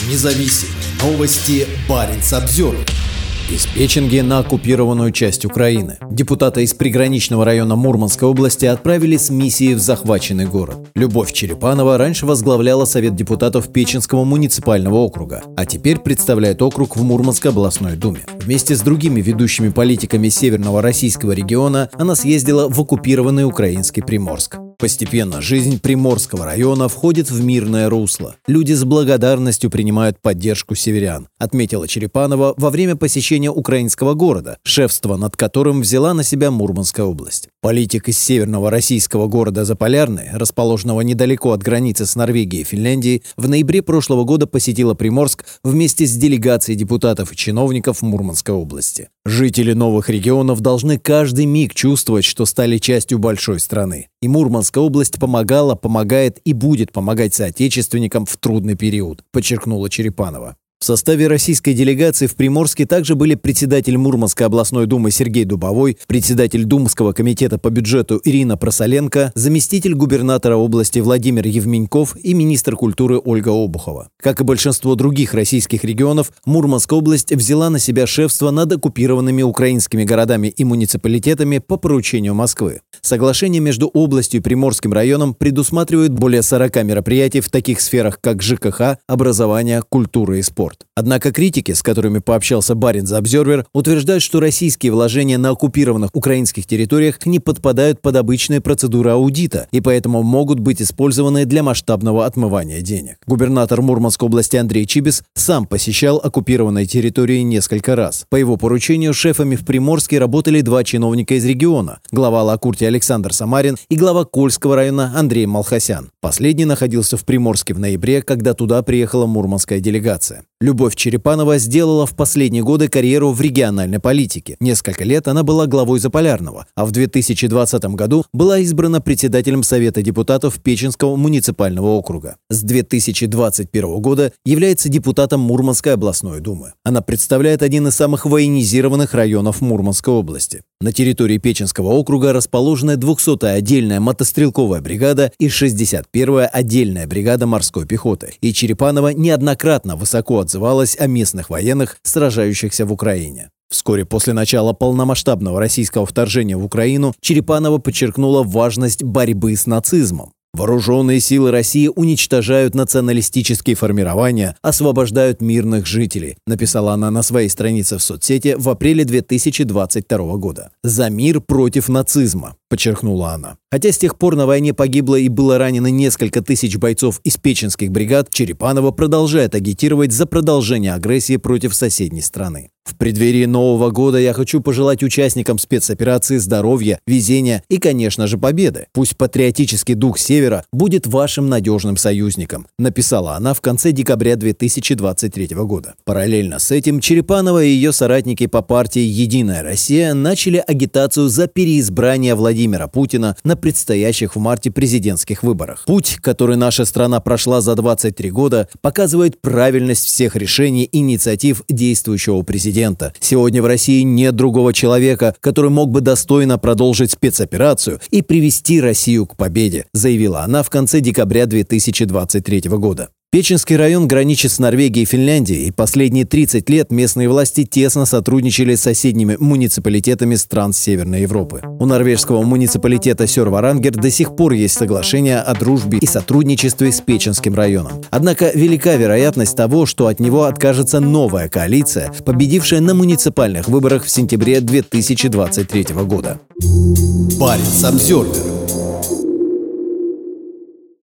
Независимые новости. Баренц-Обзервер. Из Печенги на оккупированную часть Украины. Депутаты из приграничного района Мурманской области отправили с миссией в захваченный город. Любовь Черепанова раньше возглавляла Совет депутатов Печенского муниципального округа, а теперь представляет округ в Мурманской областной думе. Вместе с другими ведущими политиками северного российского региона она съездила в оккупированный украинский Приморск. Постепенно жизнь Приморского района входит в мирное русло. Люди с благодарностью принимают поддержку северян, отметила Черепанова во время посещения украинского города, шефство над которым взяла на себя Мурманская область. Политик из северного российского города Заполярный, расположенного недалеко от границы с Норвегией и Финляндией, в ноябре прошлого года посетила Приморск вместе с делегацией депутатов и чиновников Мурманской области. Жители новых регионов должны каждый миг чувствовать, что стали частью большой страны. И Мурманская область помогала, помогает и будет помогать соотечественникам в трудный период, подчеркнула Черепанова. В составе российской делегации в Приморске также были председатель Мурманской областной думы Сергей Дубовой, председатель Думского комитета по бюджету Ирина Просоленко, заместитель губернатора области Владимир Евменьков и министр культуры Ольга Обухова. Как и большинство других российских регионов, Мурманская область взяла на себя шефство над оккупированными украинскими городами и муниципалитетами по поручению Москвы. Соглашение между областью и Приморским районом предусматривает более 40 мероприятий в таких сферах, как ЖКХ, образование, культура и спорт. Однако критики, с которыми пообщался Баренц-Обзервер, утверждают, что российские вложения на оккупированных украинских территориях не подпадают под обычные процедуры аудита и поэтому могут быть использованы для масштабного отмывания денег. Губернатор Мурманской области Андрей Чибис сам посещал оккупированные территории несколько раз. По его поручению шефами в Приморске работали два чиновника из региона – глава Алакурти Александр Самарин и глава Кольского района Андрей Малхасян. Последний находился в Приморске в ноябре, когда туда приехала мурманская делегация. Любовь Черепанова сделала в последние годы карьеру в региональной политике. Несколько лет она была главой Заполярного, а в 2020 году была избрана председателем Совета депутатов Печенского муниципального округа. С 2021 года является депутатом Мурманской областной думы. Она представляет один из самых военизированных районов Мурманской области. На территории Печенского округа расположены 200-я отдельная мотострелковая бригада и 61-я отдельная бригада морской пехоты. И Черепанова неоднократно высоко отзывалась о местных военных, сражающихся в Украине. Вскоре после начала полномасштабного российского вторжения в Украину Черепанова подчеркнула важность борьбы с нацизмом. Вооруженные силы России уничтожают националистические формирования, освобождают мирных жителей, написала она на своей странице в соцсети в апреле 2022 года. «За мир против нацизма», подчеркнула она. Хотя с тех пор на войне погибло и было ранено несколько тысяч бойцов из печенских бригад, Черепанова продолжает агитировать за продолжение агрессии против соседней страны. В преддверии Нового года я хочу пожелать участникам спецоперации здоровья, везения и, конечно же, победы. Пусть патриотический дух Севера будет вашим надежным союзником, написала она в конце декабря 2023 года. Параллельно с этим Черепанова и ее соратники по партии «Единая Россия» начали агитацию за переизбрание Владимира Путина на предстоящих в марте президентских выборах. Путь, который наша страна прошла за 23 года, показывает правильность всех решений и инициатив действующего президента. Сегодня в России нет другого человека, который мог бы достойно продолжить спецоперацию и привести Россию к победе, заявила она в конце декабря 2023 года. Печенский район граничит с Норвегией и Финляндией, и последние 30 лет местные власти тесно сотрудничали с соседними муниципалитетами стран Северной Европы. У норвежского муниципалитета Сёр-Варангер до сих пор есть соглашение о дружбе и сотрудничестве с Печенским районом. Однако велика вероятность того, что от него откажется новая коалиция, победившая на муниципальных выборах в сентябре 2023 года. Баренц-Обзервер.